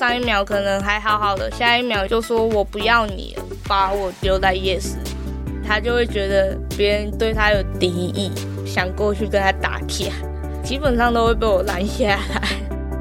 上一秒可能还好好的，下一秒就说我不要你了，把我丢在夜市，他就会觉得别人对他有敌意，想过去跟他打架，基本上都会被我拦下来。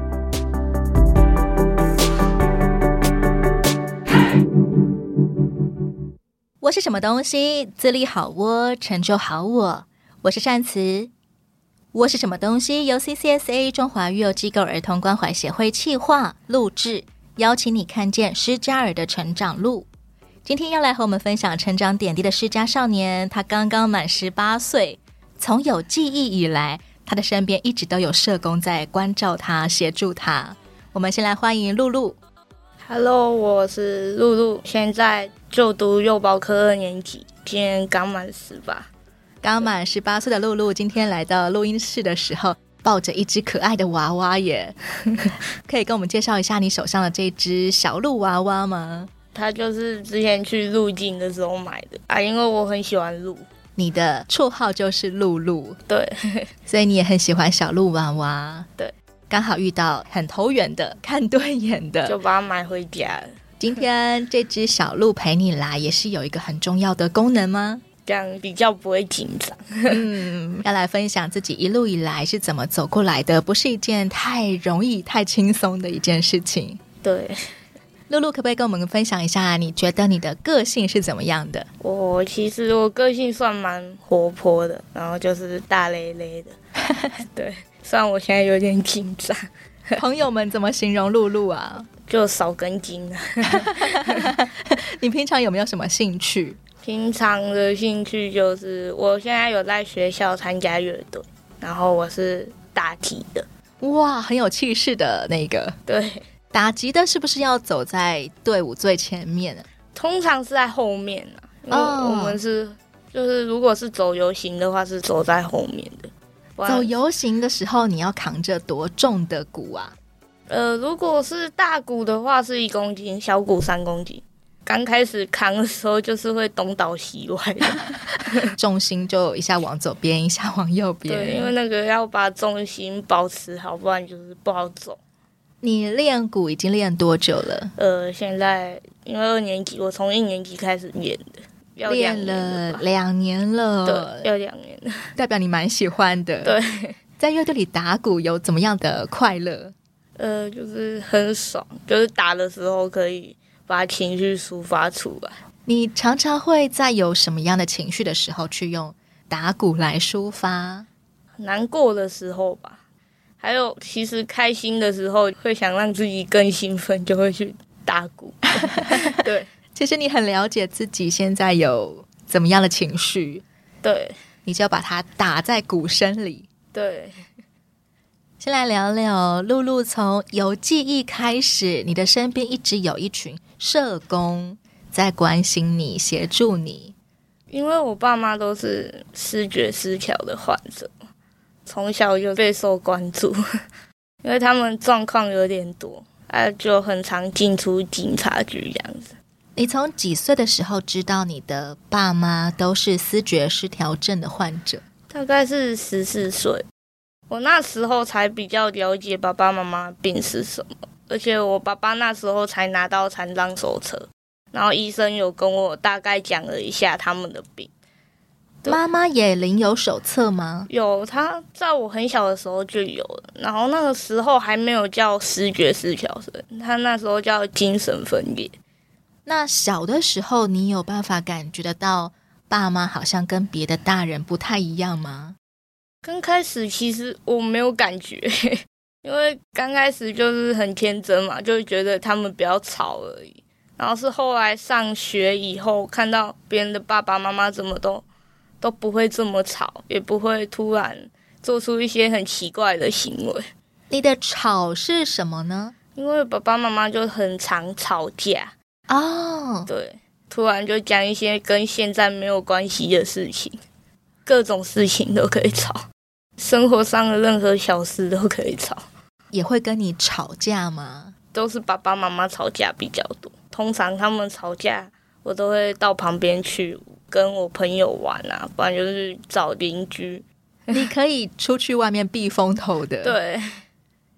我是什么东西？自立好我，成就好我。我是善慈。我是什么东西？由 CCSA 中华育幼机构儿童关怀协会企划录制，邀请你看见施加尔的成长路。今天要来和我们分享成长点滴的施加少年，他刚刚满18岁，从有记忆以来，他的身边一直都有社工在关照他，协助他。我们先来欢迎露露。 Hello， 我是露露，现在就读幼保科2年级，今年刚满18。 刚满18岁的露露，今天来到录音室的时候，抱着一只可爱的娃娃耶。可以跟我们介绍一下你手上的这只小鹿娃娃吗？ 它就是之前去入境的时候买的啊，因为我很喜欢鹿。 你的绰号就是露露， 对， 所以你也很喜欢小鹿娃娃。 对， 刚好遇到很投缘的，看对眼的， 就把它买回家了。 今天这只小鹿陪你来，也是有一个很重要的功能吗？ 这样比较不会紧张。 要来分享自己一路以来是怎么走过来的，不是一件太容易太轻松的一件事情。 对， 露露可不可以跟我们分享一下，你觉得你的个性是怎么样的？ 其实我个性算蛮活泼的，然后就是大咧咧的。对，虽然我现在有点紧张。 朋友们怎么形容露露啊？ 就少根筋啊。 你平常有没有什么兴趣？ 平常的兴趣就是我现在有在学校参加乐队，然后我是打击的。 哇，很有气势的那个。 对， 打击的是不是要走在队伍最前面？ 通常是在后面啊，因为我们是就是如果是走游行的话是走在后面的。 走游行的时候你要扛着多重的鼓啊？ 如果是大鼓的话是1公斤，小鼓3公斤。刚开始扛的时候就是会东倒西歪的。 重心就一下往左边一下往右边。 对，因为那个要把重心保持好，不然就是不好走。 你练鼓已经练多久了？ 现在因为2年级，我从1年级开始练的，要练了2年了。 对，要2年了， 代表你蛮喜欢的。 对， 在乐队里打鼓有怎么样的快乐？ 就是很爽，就是打的时候可以把情绪抒发出来。 你常常会在有什么样的情绪的时候去用打鼓来抒发？ 难过的时候吧，还有其实开心的时候会想让自己更兴奋，就会去打鼓。对， 其实你很了解自己现在有怎么样的情绪， 对， 你就把它打在鼓声里。 对， 先来聊聊露露从有记忆开始，你的身边一直有一群社工在关心你，协助你。 因为我爸妈都是思觉失调的患者，从小就备受关注。因为他们状况有点多，就很常进出警察局这样子。 你从几岁的时候知道你的爸妈都是思觉失调症的患者？ 大概是14岁，我那时候才比较了解爸爸妈妈病是什么，而且我爸爸那时候才拿到残障手册，然后医生有跟我大概讲了一下他们的病。 妈妈也领有手册吗？ 有，他在我很小的时候就有了，然后那个时候还没有叫思觉失调症，他那时候叫精神分裂。 那小的时候你有办法感觉得到爸妈好像跟别的大人不太一样吗？ 刚开始其实我没有感觉，因为刚开始就是很天真嘛，就觉得他们比较吵而已。然后是后来上学以后，看到别人的爸爸妈妈怎么都不会这么吵，也不会突然做出一些很奇怪的行为。 你的吵是什么呢？ 因为爸爸妈妈就很常吵架。 哦， 对，突然就讲一些跟现在没有关系的事情，各种事情都可以吵，生活上的任何小事都可以吵。 也会跟你吵架吗？ 都是爸爸妈妈吵架比较多，通常他们吵架我都会到旁边去跟我朋友玩啊，不然就是找邻居。 你可以出去外面避风头的。 对，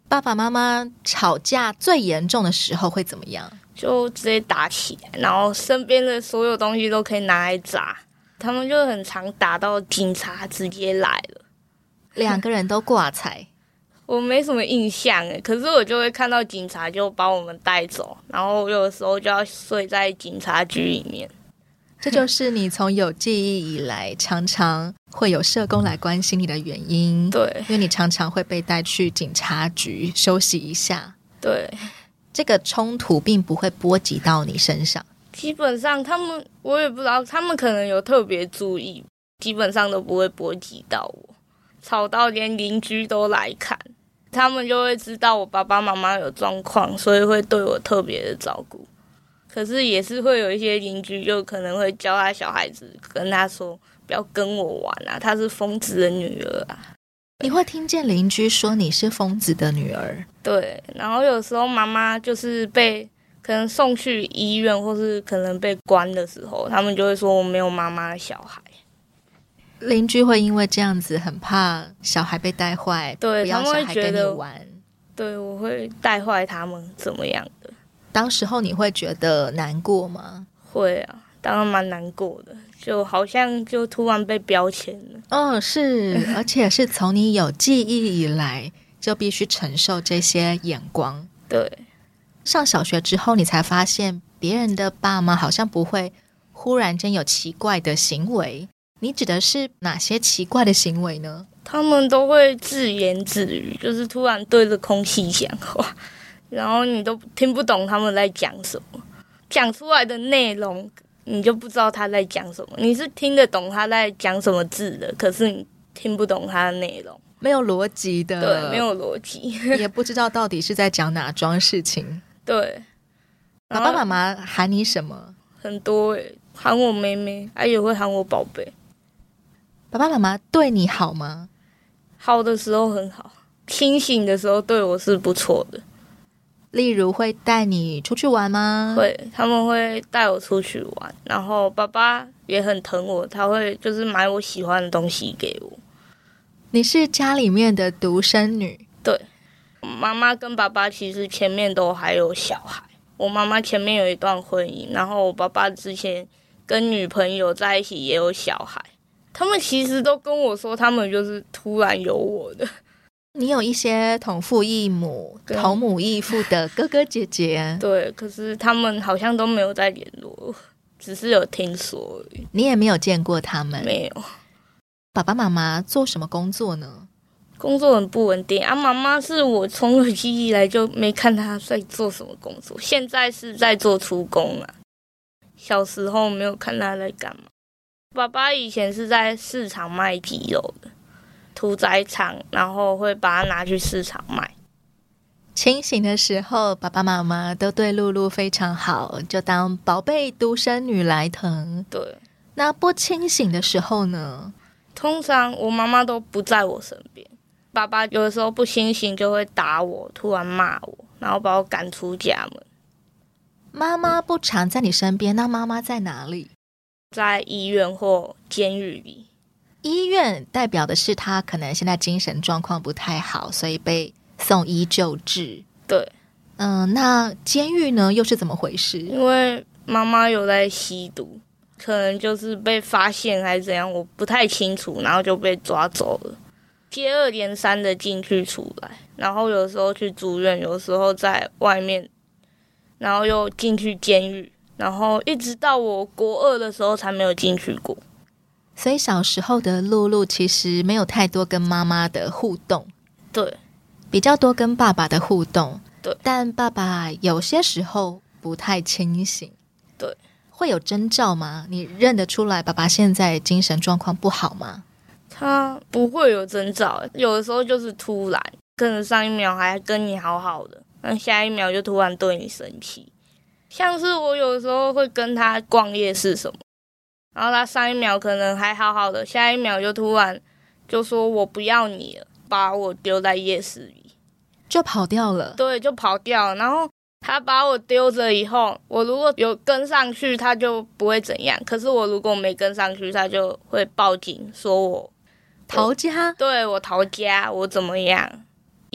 爸爸妈妈吵架最严重的时候会怎么样？ 就直接打起来，然后身边的所有东西都可以拿来砸。他们就很常打到警察直接来了， 两个人都挂彩。 我没什么印象可是我就会看到警察就把我们带走，然后有的时候就要睡在警察局里面。 这就是你从有记忆以来常常会有社工来关心你的原因。 对， 因为你常常会被带去警察局休息一下。 对， 这个冲突并不会波及到你身上。 基本上他们我也不知道，他们可能有特别注意，基本上都不会波及到我。吵到连邻居都来看，他们就会知道我爸爸妈妈有状况，所以会对我特别的照顾。可是也是会有一些邻居就可能会教他小孩子，跟他说不要跟我玩啊，她是疯子的女儿啊。 你会听见邻居说你是疯子的女儿？ 对，然后有时候妈妈就是被可能送去医院，或是可能被关的时候，他们就会说我没有妈妈的小孩。 邻居会因为这样子很怕小孩被带坏， 对， 不要小孩跟你他们会觉得玩。 对，我会带坏他们怎么样的。 当时候你会觉得难过吗？ 会啊，当然蛮难过的，就好像就突然被标签了。 是，而且是从你有记忆以来就必须承受这些眼光。 对， 上小学之后你才发现别人的爸妈好像不会忽然间有奇怪的行为。你指的是哪些奇怪的行为呢？ 他们都会自言自语，就是突然对着空气讲话，然后你都听不懂他们在讲什么，讲出来的内容你就不知道他在讲什么。你是听得懂他在讲什么字的，可是你听不懂他的内容， 没有逻辑的。 对，没有逻辑， 也不知道到底是在讲哪桩事情。 对， 爸爸妈妈喊你什么？ 很多喊我妹妹，也会喊我宝贝。 爸爸妈妈对你好吗？ 好的时候很好，清醒的时候对我是不错的。 例如会带你出去玩吗？ 会，他们会带我出去玩，然后爸爸也很疼我，他会就是买我喜欢的东西给我。 你是家里面的独生女？ 对，妈妈跟爸爸其实前面都还有小孩，我妈妈前面有一段婚姻，然后我爸爸之前跟女朋友在一起也有小孩。他们其实都跟我说，他们就是突然有我的。 你有一些同父异母、同母异父的哥哥姐姐。 对，可是他们好像都没有在联络，只是有听说而已。 你也没有见过他们？ 没有。 爸爸妈妈做什么工作呢？ 工作很不稳定啊。妈妈是我从有记忆以来就没看她在做什么工作，现在是在做出工啊。小时候没有看她在干嘛。爸爸以前是在市场卖鸡肉的，屠宰场，然后会把它拿去市场卖。 清醒的时候，爸爸妈妈都对露露非常好，就当宝贝独生女来疼。 对。 那不清醒的时候呢？ 通常我妈妈都不在我身边，爸爸有的时候不清醒就会打我，突然骂我，然后把我赶出家门。 妈妈不常在你身边，那妈妈在哪里？ 在医院或监狱里。 医院代表的是她可能现在精神状况不太好，所以被送医救治。 对。 那监狱呢又是怎么回事？ 因为妈妈有在吸毒，可能就是被发现还是怎样，我不太清楚，然后就被抓走了，接二连三的进去出来，然后有时候去住院，有时候在外面，然后又进去监狱，然后一直到我国2的时候才没有进去过。 所以小时候的露露其实没有太多跟妈妈的互动。 对， 比较多跟爸爸的互动。 对， 但爸爸有些时候不太清醒。 对， 会有征兆吗？你认得出来爸爸现在精神状况不好吗？ 他不会有征兆，有的时候就是突然，可能上一秒还跟你好好的，那下一秒就突然对你生气。像是我有时候会跟他逛夜市什么，然后他上一秒可能还好好的，下一秒就突然就说我不要你了，把我丢在夜市里， 就跑掉了。 对，就跑掉了。然后他把我丢着以后，我如果有跟上去他就不会怎样，可是我如果没跟上去他就会报警说我逃家。 对，我逃家，我怎么样，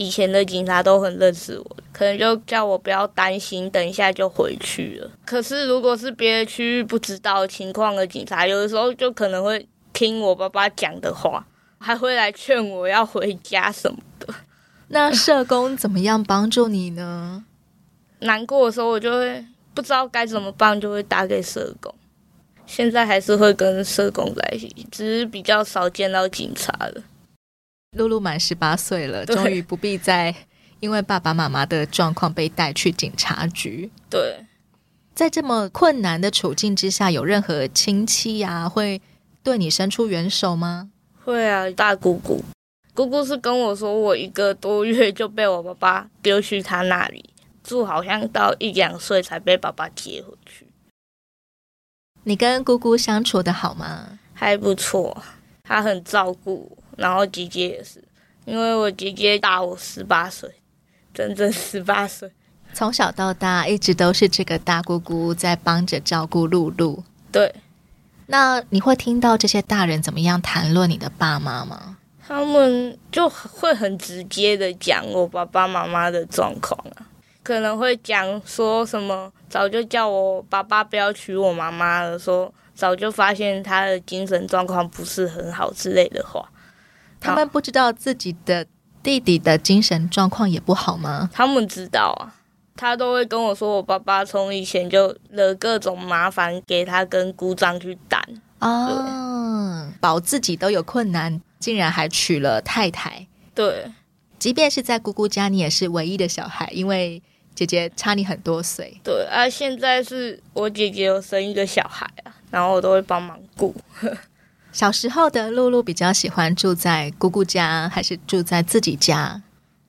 以前的警察都很认识我，可能就叫我不要担心，等一下就回去了。可是如果是别的区域不知道情况的警察，有的时候就可能会听我爸爸讲的话，还会来劝我要回家什么的。 那社工怎么样帮助你呢？ 难过的时候我就会不知道该怎么办，就会打给社工。现在还是会跟社工在一起，只是比较少见到警察了。 露露满18岁了， 对终于不必再因为爸爸妈妈的状况被带去警察局。 对， 在这么困难的处境之下，有任何亲戚啊会对你伸出援手吗？ 会啊，大姑姑是跟我说，我1个多月就被我爸爸丢去他那里住，好像到1、2岁才被爸爸接回去。 你跟姑姑相处的好吗？ 还不错，她很照顾我，然后姐姐也是，因为我姐姐大我18岁，整整18岁。 从小到大一直都是这个大姑姑在帮着照顾露露。 对， 那你会听到这些大人怎么样谈论你的爸妈吗？ 他们就会很直接的讲我爸爸妈妈的状况啊，可能会讲说什么早就叫我爸爸不要娶我妈妈了，说早就发现他的精神状况不是很好之类的话。 他们不知道自己的弟弟的精神状况也不好吗？ 他们知道啊，他都会跟我说我爸爸从以前就惹各种麻烦给他跟姑丈去担。 保自己都有困难，竟然还娶了太太。 对， 即便是在姑姑家，你也是唯一的小孩，因为姐姐差你很多岁。 对啊，现在是我姐姐有生1个小孩啊，然后我都会帮忙顾。 小时候的露露比较喜欢住在姑姑家，还是住在自己家？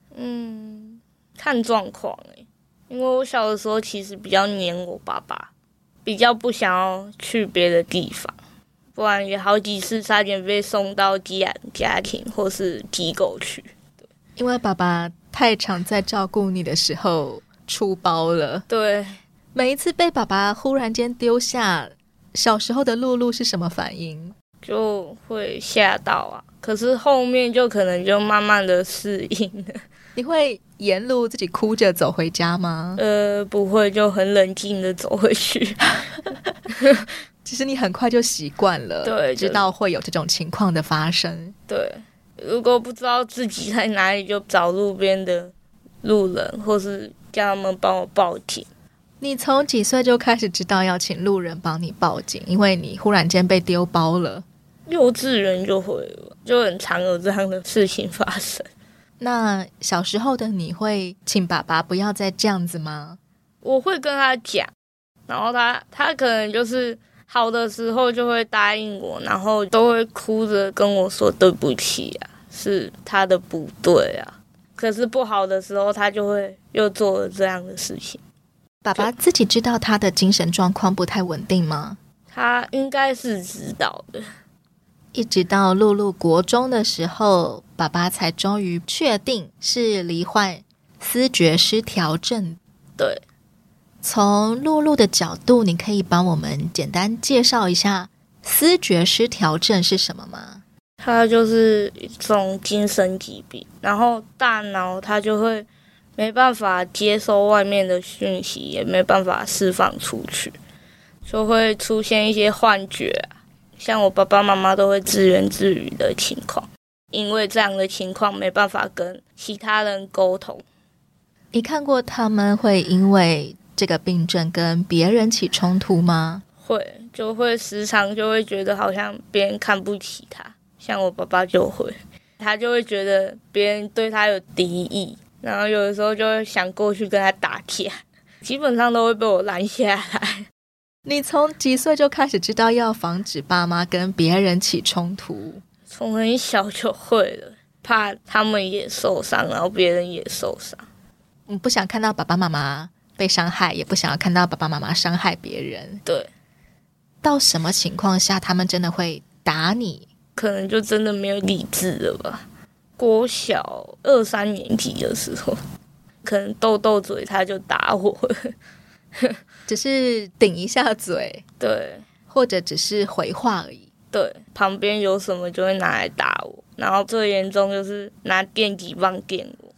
看状况因为我小的时候其实比较黏我爸爸，比较不想要去别的地方，不然也好几次差点被送到寄养家庭或是机构去。 因为爸爸太常在照顾你的时候出包了。 对， 每一次被爸爸忽然间丢下，小时候的露露是什么反应？ 就会吓到啊，可是后面就可能就慢慢的适应了。 你会沿路自己哭着走回家吗？ 不会，就很冷静的走回去。 其实你很快就习惯了， 对， 知道会有这种情况的发生。 对，如果不知道自己在哪里，就找路边的路人，或是叫他们帮我报警。 你从几岁就开始知道要请路人帮你报警？因为你忽然间被丢包了。 幼稚园就会了，就很常有这样的事情发生。 那小时候的你会请爸爸不要再这样子吗？ 我会跟他讲，然后他可能就是好的时候就会答应我，然后都会哭着跟我说对不起啊，是他的不对啊。可是不好的时候他就会又做了这样的事情。 爸爸自己知道他的精神状况不太稳定吗？ 他应该是知道的。 一直到露露国中的时候，爸爸才终于确定是罹患思觉失调症。 对， 从露露的角度，你可以帮我们简单介绍一下思觉失调症是什么吗？ 它就是一种精神疾病，然后大脑它就会没办法接收外面的讯息，也没办法释放出去，就会出现一些幻觉啊，像我爸爸妈妈都会自言自语的情况，因为这样的情况没办法跟其他人沟通。 你看过他们会因为这个病症跟别人起冲突吗？ 会，就会时常就会觉得好像别人看不起他，像我爸爸就会，他就会觉得别人对他有敌意，然后有的时候就会想过去跟他打架，基本上都会被我拦下来。 你从几岁就开始知道要防止爸妈跟别人起冲突？ 从很小就会了，怕他们也受伤，然后别人也受伤。 你不想看到爸爸妈妈被伤害，也不想要看到爸爸妈妈伤害别人。 对， 到什么情况下他们真的会打你？ 可能就真的没有理智了吧。国小2、3年级的时候，可能斗斗嘴他就打我了。 只是顶一下嘴， 对， 或者只是回话而已。 对，旁边有什么就会拿来打我，然后最严重就是拿电击棒电我。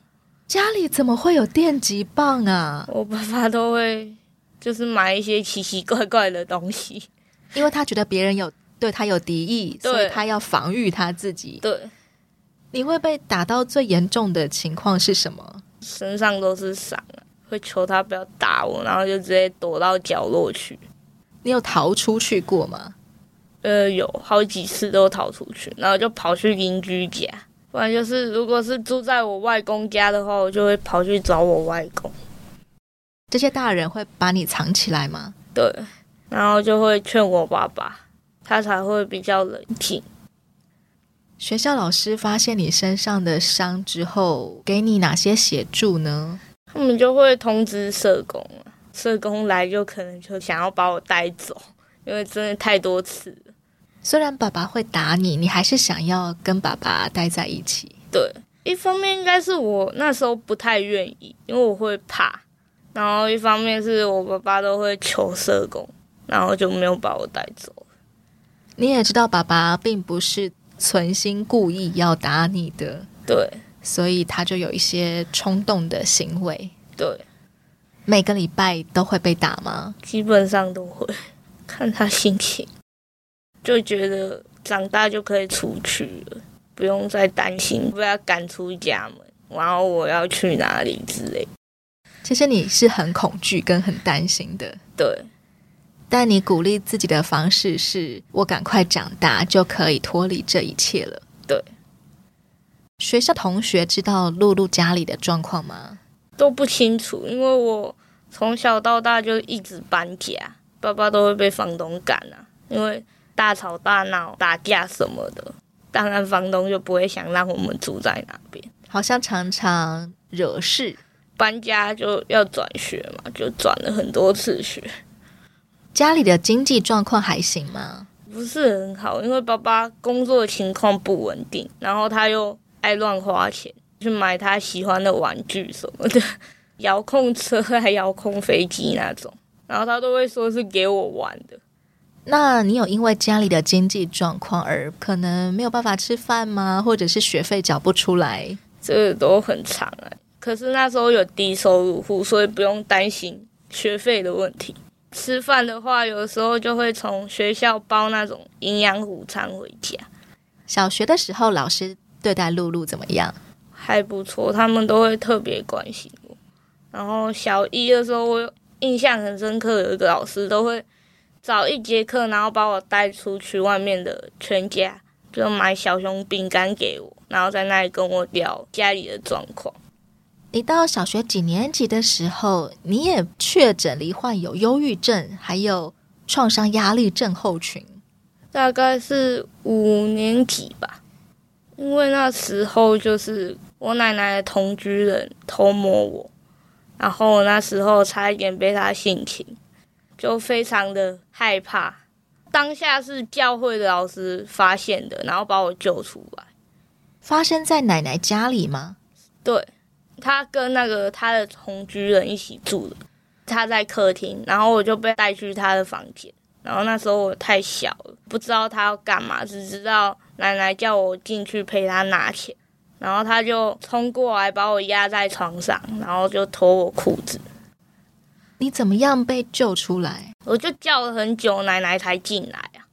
家里怎么会有电击棒啊？ 我爸爸都会就是买一些奇奇怪怪的东西， 因为他觉得别人对他有敌意，所以他要防御他自己。 对， 你会被打到最严重的情况是什么？ 身上都是伤啊，会求他不要打我，然后就直接躲到角落去。 你有逃出去过吗？ 有好几次都逃出去，然后就跑去邻居家，不然就是如果是住在我外公家的话，我就会跑去找我外公。 这些大人会把你藏起来吗？ 对，然后就会劝我爸爸，他才会比较冷静。 学校老师发现你身上的伤之后，给你哪些协助呢？ 他们就会通知社工了，社工来就可能就想要把我带走，因为真的太多次了。 虽然爸爸会打你，你还是想要跟爸爸待在一起。 对，一方面应该是我那时候不太愿意，因为我会怕，然后一方面是我爸爸都会求社工，然后就没有把我带走。 你也知道爸爸并不是存心故意要打你的， 对， 所以他就有一些冲动的行为。 对， 每个礼拜都会被打吗？ 基本上都会，看他心情，就觉得长大就可以出去了，不用再担心被他赶出家门，然后我要去哪里之类。 其实你是很恐惧跟很担心的， 对， 但你鼓励自己的方式是我赶快长大就可以脱离这一切了。 对。 学校同学知道露露家里的状况吗？ 都不清楚，因为我从小到大就一直搬家，爸爸都会被房东赶啊，因为大吵大闹、打架什么的，当然房东就不会想让我们住在那边， 好像常常惹事。 搬家就要转学嘛，就转了很多次学。 家里的经济状况还行吗？ 不是很好，因为爸爸工作情况不稳定，然后他又爱乱花钱，去买他喜欢的玩具什么的，遥控车还遥控飞机那种，然后他都会说是给我玩的。 那你有因为家里的经济状况而可能没有办法吃饭吗？或者是学费缴不出来？ 这个都很常啊。可是那时候有低收入户，所以不用担心学费的问题。吃饭的话，有时候就会从学校包那种营养午餐回家。 小学的时候，老师对待露露怎么样？ 还不错，他们都会特别关心我。然后小一的时候，我印象很深刻，有一个老师都会找一节课，然后把我带出去外面的全家，就买小熊饼干给我，然后在那里跟我聊家里的状况。 你到小学几年级的时候，你也确诊罹患有忧郁症，还有创伤压力症候群。 大概是5年级吧，因为那时候就是我奶奶的同居人偷摸我，然后那时候差一点被他性侵，就非常的害怕。当下是教会的老师发现的，然后把我救出来。 发生在奶奶家里吗？ 对，他跟他的同居人一起住的，他在客厅，然后我就被带去他的房间。然后那时候我太小了，不知道他要干嘛，只知道奶奶叫我进去陪他拿钱，然后他就冲过来把我压在床上，然后就脱我裤子。 你怎么样被救出来？ 我就叫了很久，奶奶才进来啊。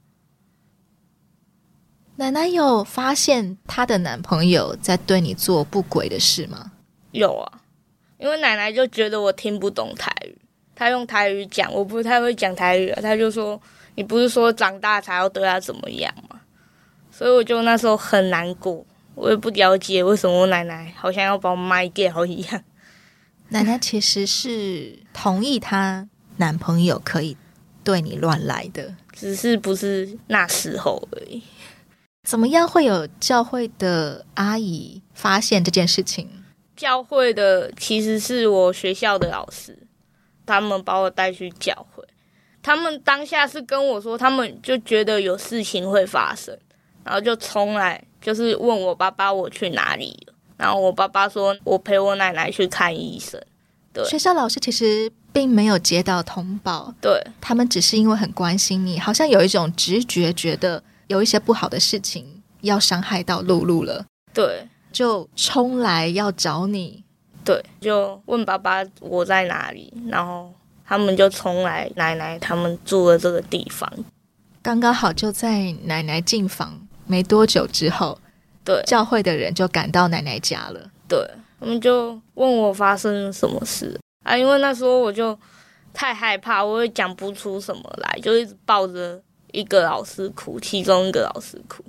奶奶有发现她的男朋友在对你做不轨的事吗？ 有啊，因为奶奶就觉得我听不懂台语，她用台语讲，我不太会讲台语啊，她就说你不是说长大才要对她怎么样吗？所以我就那时候很难过，我也不了解为什么我奶奶好像要把我卖掉一样。 奶奶其实是同意她男朋友可以对你乱来的， 只是不是那时候而已。 怎么样会有教会的阿姨发现这件事情？ 教会的其实是我学校的老师，他们把我带去教会。他们当下是跟我说，他们就觉得有事情会发生，然后就冲来，就是问我爸爸我去哪里了。然后我爸爸说我陪我奶奶去看医生。对， 学校老师其实并没有接到通报， 对， 他们只是因为很关心你，好像有一种直觉，觉得有一些不好的事情要伤害到露露了， 对， 就冲来要找你。 对，就问爸爸我在哪里，然后他们就冲来奶奶他们住的这个地方。 刚刚好就在奶奶进房没多久之后， 对， 教会的人就赶到奶奶家了。 对，他们就问我发生了什么事啊，因为那时候我就太害怕，我也讲不出什么来，就一直抱着一个老师哭，其中一个老师哭。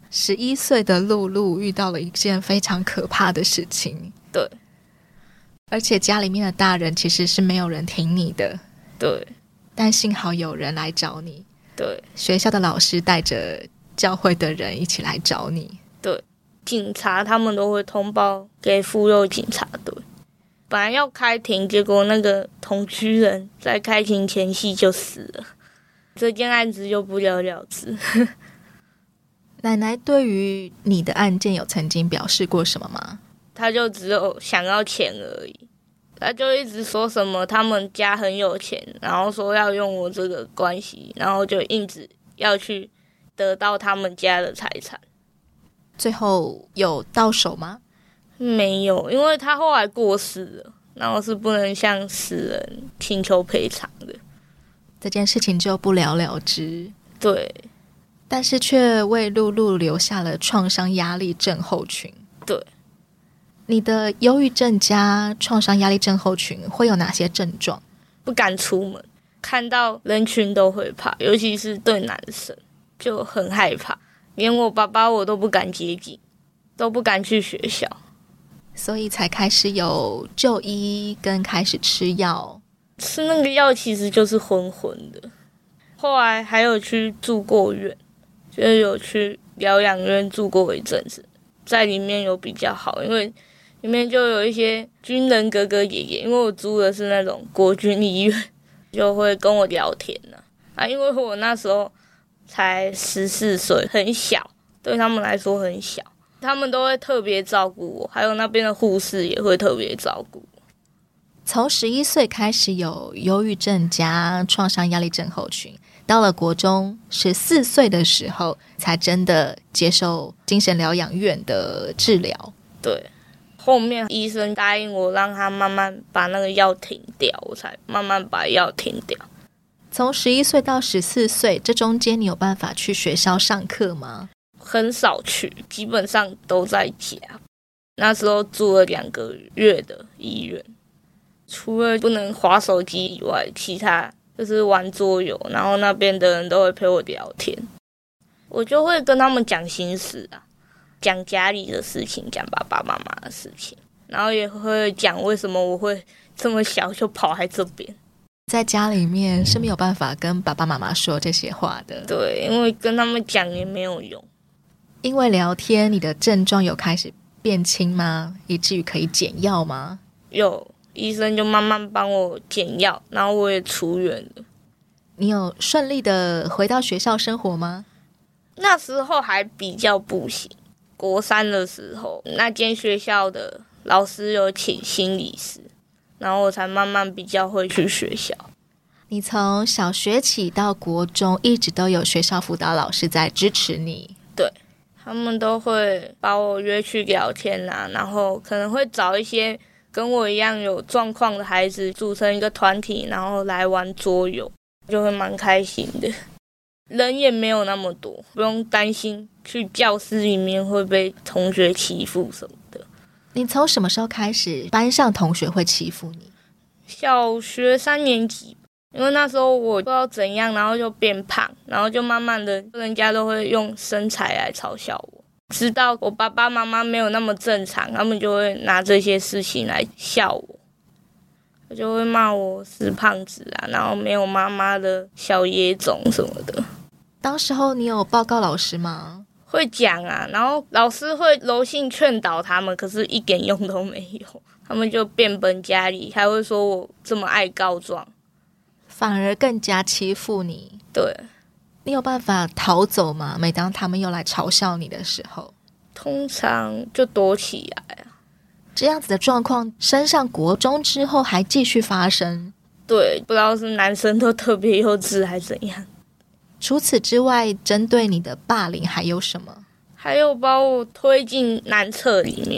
11岁的露露遇到了一件非常可怕的事情， 对， 而且家里面的大人其实是没有人挺你的， 对， 但幸好有人来找你， 对， 学校的老师带着教会的人一起来找你， 对，警察他们都会通报给妇幼警察队。本来要开庭，结果那个同居人在开庭前夕就死了，这件案子就不了了之。 奶奶对于你的案件有曾经表示过什么吗？ 他就只有想要钱而已，他就一直说什么他们家很有钱，然后说要用我这个关系，然后就一直要去得到他们家的财产。 最后有到手吗？ 没有，因为他后来过世了，然后是不能向死人请求赔偿的。 这件事情就不了了之。 对， 但是却为露露留下了创伤压力症候群。 对， 你的忧郁症加创伤压力症候群会有哪些症状？ 不敢出门，看到人群都会怕，尤其是对男生就很害怕，连我爸爸我都不敢接近，都不敢去学校， 所以才开始有就医跟开始吃药。 吃那个药其实就是昏昏的。后来还有去住过院，就是有去疗养院住过一阵子，在里面有比较好，因为里面就有一些军人哥哥爷爷，因为我住的是那种国军医院，就会跟我聊天因为我那时候才14岁，很小，对他们来说很小，他们都会特别照顾我，还有那边的护士也会特别照顾我。 从11岁开始有忧郁症加创伤压力症候群，到了国中14岁的时候才真的接受精神疗养院的治疗。 对，后面医生答应我让他慢慢把那个药停掉，我才慢慢把药停掉。 从11岁到14岁这中间你有办法去学校上课吗？ 很少去，基本上都在家。那时候住了2个月的医院，除了不能滑手机以外，其他就是玩桌游，然后那边的人都会陪我聊天，我就会跟他们讲心事讲家里的事情，讲爸爸妈妈的事情，然后也会讲为什么我会这么小就跑来这边。 在家里面是没有办法跟爸爸妈妈说这些话的。 对，因为跟他们讲也没有用。 因为聊天你的症状有开始变轻吗？以至于可以减药吗？ 有，医生就慢慢帮我减药，然后我也出院了。 你有顺利的回到学校生活吗？ 那时候还比较不行，国3的时候，那间学校的老师有请心理师，然后我才慢慢比较会去学校。 你从小学起到国中一直都有学校辅导老师在支持你。 对，他们都会把我约去聊天然后可能会找一些跟我一样有状况的孩子组成一个团体，然后来玩桌游，就会蛮开心的。人也没有那么多，不用担心去教室里面会被同学欺负什么的。 你从什么时候开始班上同学会欺负你？ 小学3年级，因为那时候我不知道怎样，然后就变胖，然后就慢慢的人家都会用身材来嘲笑我，直到我爸爸妈妈没有那么正常，他们就会拿这些事情来笑我，他就会骂我是胖子然后没有妈妈的小野种什么的。 当时候你有报告老师吗？ 会讲然后老师会柔性劝导他们，可是一点用都没有，他们就变本加厉，还会说我这么爱告状， 反而更加欺负你。 对， 你有办法逃走吗？每当他们又来嘲笑你的时候， 通常就躲起来这样子的状况升上国中之后还继续发生。 对，不知道是男生都特别幼稚还怎样。 除此之外，针对你的霸凌还有什么？ 还有把我推进男厕里面，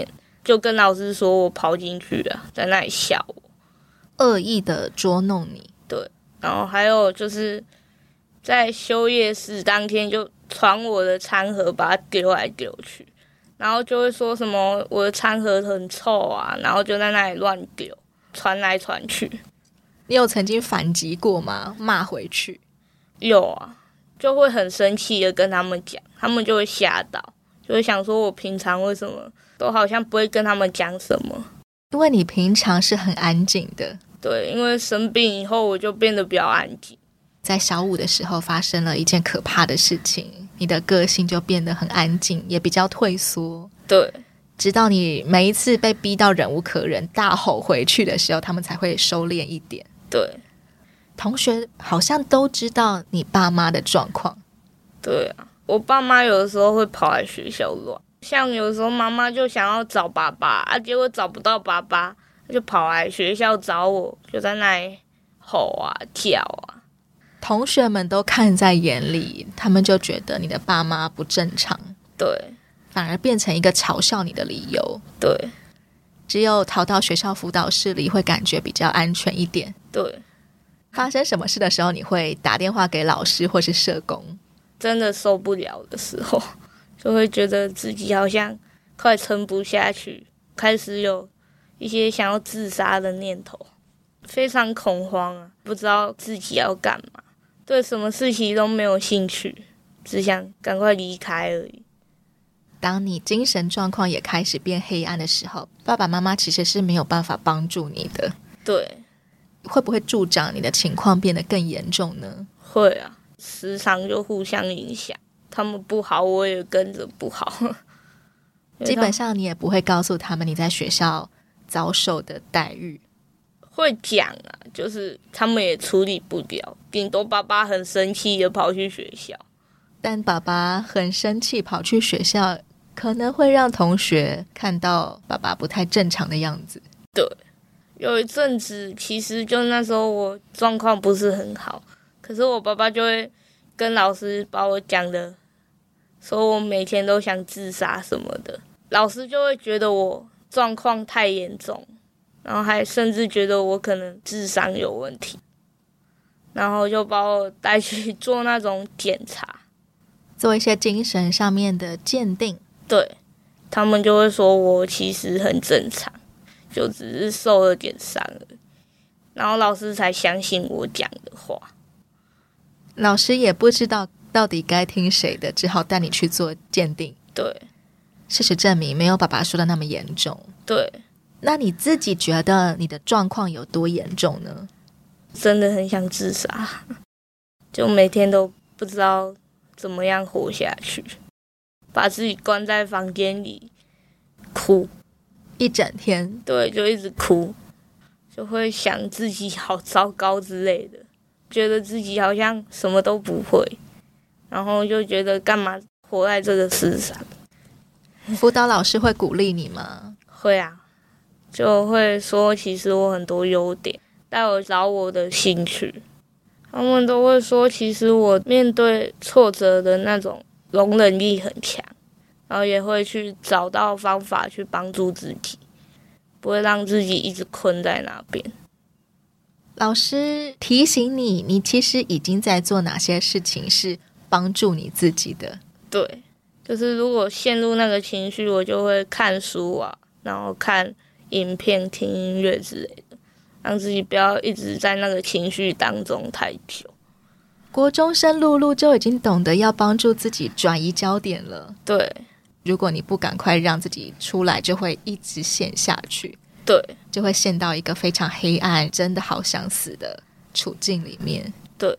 就跟老师说我跑进去了，在那里笑我， 恶意的捉弄你。 对，然后还有就是在休业式当天就传我的餐盒，把它丢来丢去，然后就会说什么我的餐盒很臭啊，然后就在那里乱丢，传来传去。 你有曾经反击过吗？骂回去？ 有啊，就会很生气的跟他们讲，他们就会吓到，就会想说我平常为什么都好像不会跟他们讲什么。 因为你平常是很安静的。 对，因为生病以后我就变得比较安静。 在小5的时候发生了一件可怕的事情，你的个性就变得很安静，也比较退缩。 对， 直到你每一次被逼到忍无可忍大吼回去的时候，他们才会收敛一点。 对， 同学好像都知道你爸妈的状况。 对啊，我爸妈有的时候会跑来学校乱，像有时候妈妈就想要找爸爸啊，结果找不到爸爸，就跑来学校找我，就在那里吼啊跳啊。 同学们都看在眼里，他们就觉得你的爸妈不正常， 对， 反而变成一个嘲笑你的理由。 对， 只有逃到学校辅导室里会感觉比较安全一点。 对， 发生什么事的时候，你会打电话给老师或是社工？ 真的受不了的时候，就会觉得自己好像快撑不下去，开始有一些想要自杀的念头，非常恐慌啊，不知道自己要干嘛，对什么事情都没有兴趣，只想赶快离开而已。 当你精神状况也开始变黑暗的时候，爸爸妈妈其实是没有办法帮助你的。 对， 会不会助长你的情况变得更严重呢？ 会啊，时常就互相影响，他们不好我也跟着不好。 基本上你也不会告诉他们你在学校遭受的待遇。 会讲啊，就是他们也处理不了，顶多爸爸很生气的跑去学校。 但爸爸很生气跑去学校，可能会让同学看到爸爸不太正常的样子。 对，有一阵子其实就那时候我状况不是很好，可是我爸爸就会跟老师把我讲的说我每天都想自杀什么的，老师就会觉得我状况太严重，然后还甚至觉得我可能智商有问题，然后就把我带去做那种检查， 做一些精神上面的鉴定。 对，他们就会说我其实很正常，就只是受了点伤而已，然后老师才相信我讲的话。 老师也不知道到底该听谁的，只好带你去做鉴定。 对， 事实证明没有爸爸说的那么严重。 对， 那你自己觉得你的状况有多严重呢？ 真的很想自杀，就每天都不知道怎么样活下去，把自己关在房间里哭一整天。 对，就一直哭，就会想自己好糟糕之类的，觉得自己好像什么都不会，然后就觉得干嘛活在这个世上。 辅导老师会鼓励你吗？ 会啊，就会说其实我很多优点，带我找我的兴趣。他们都会说其实我面对挫折的那种容忍力很强，然后也会去找到方法去帮助自己，不会让自己一直困在那边。 老师提醒你，你其实已经在做哪些事情是帮助你自己的。 对，就是如果陷入那个情绪，我就会看书啊，然后看影片、听音乐之类的，让自己不要一直在那个情绪当中太久。 国中生露露就已经懂得要帮助自己转移焦点了。 对， 如果你不赶快让自己出来，就会一直陷下去。 对， 就会陷到一个非常黑暗，真的好想死的处境里面。 对。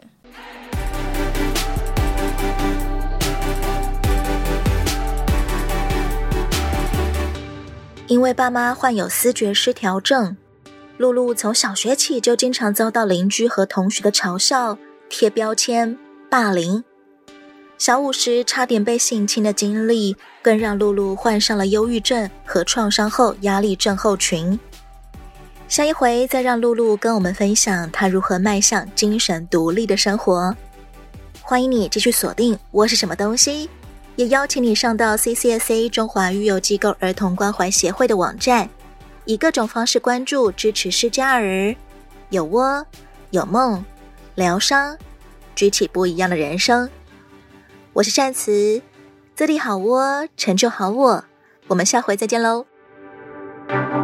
因为爸妈患有思觉失调症，露露从小学起就经常遭到邻居和同学的嘲笑、贴标签、霸凌。小5时差点被性侵的经历，更让露露患上了忧郁症和创伤后压力症候群。下一回再让露露跟我们分享她如何迈向精神独立的生活。欢迎你继续锁定我是什么东西， 也邀请你上到 CCSA 中华育幼机构儿童关怀协会的网站，以各种方式关注支持失家儿，有窝有梦，疗伤，举起不一样的人生。我是善慈，自立好窝，成就好我，我们下回再见喽。